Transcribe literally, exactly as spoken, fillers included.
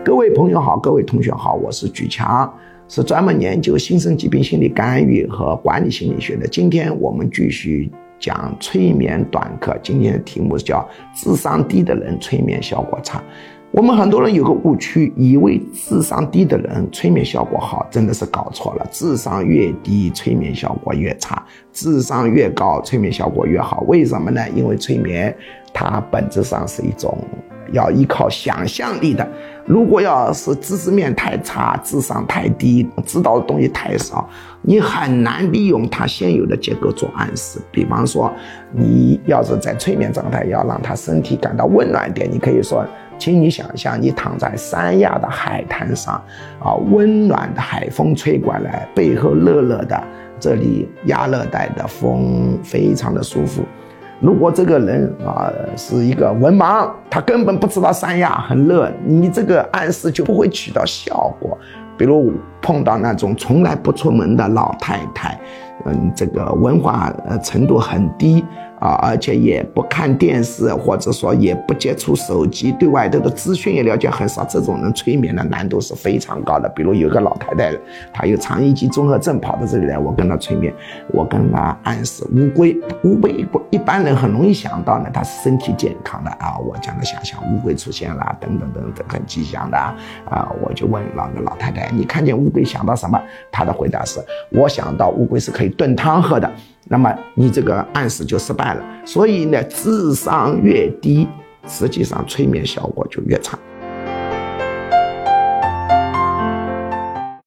各位朋友好，各位同学好，我是举强，是专门研究新生疾病心理干预和管理心理学的。今天我们继续讲催眠短课，今天的题目叫智商低的人催眠效果差。我们很多人有个误区，以为智商低的人催眠效果好，真的是搞错了。智商越低，催眠效果越差；智商越高，催眠效果越好。为什么呢？因为催眠它本质上是一种要依靠想象力的。如果要是知识面太差，智商太低，知道的东西太少，你很难利用它现有的结构做暗示。比方说，你要是在催眠状态，要让他身体感到温暖一点，你可以说，请你想象你躺在三亚的海滩上，啊，温暖的海风吹过来，背后热热的，这里亚热带的风非常的舒服。如果这个人啊是一个文盲，他根本不知道三亚很热，你这个暗示就不会起到效果。比如碰到那种从来不出门的老太太，嗯，这个文化程度很低啊，而且也不看电视，或者说也不接触手机，对外头的资讯也了解很少，这种人催眠的难度是非常高的。比如有个老太太，她有肠易激综合症跑到这里来，我跟她催眠，我跟她暗示乌龟，乌龟一般人很容易想到呢，它是身体健康的啊，我讲的想象乌龟出现了，等等等等，很吉祥的啊，我就问老老太太，你看见乌龟想到什么？她的回答是，我想到乌龟是可以炖汤喝的。那么你这个暗示就失败了。所以呢，智商越低，实际上催眠效果就越差。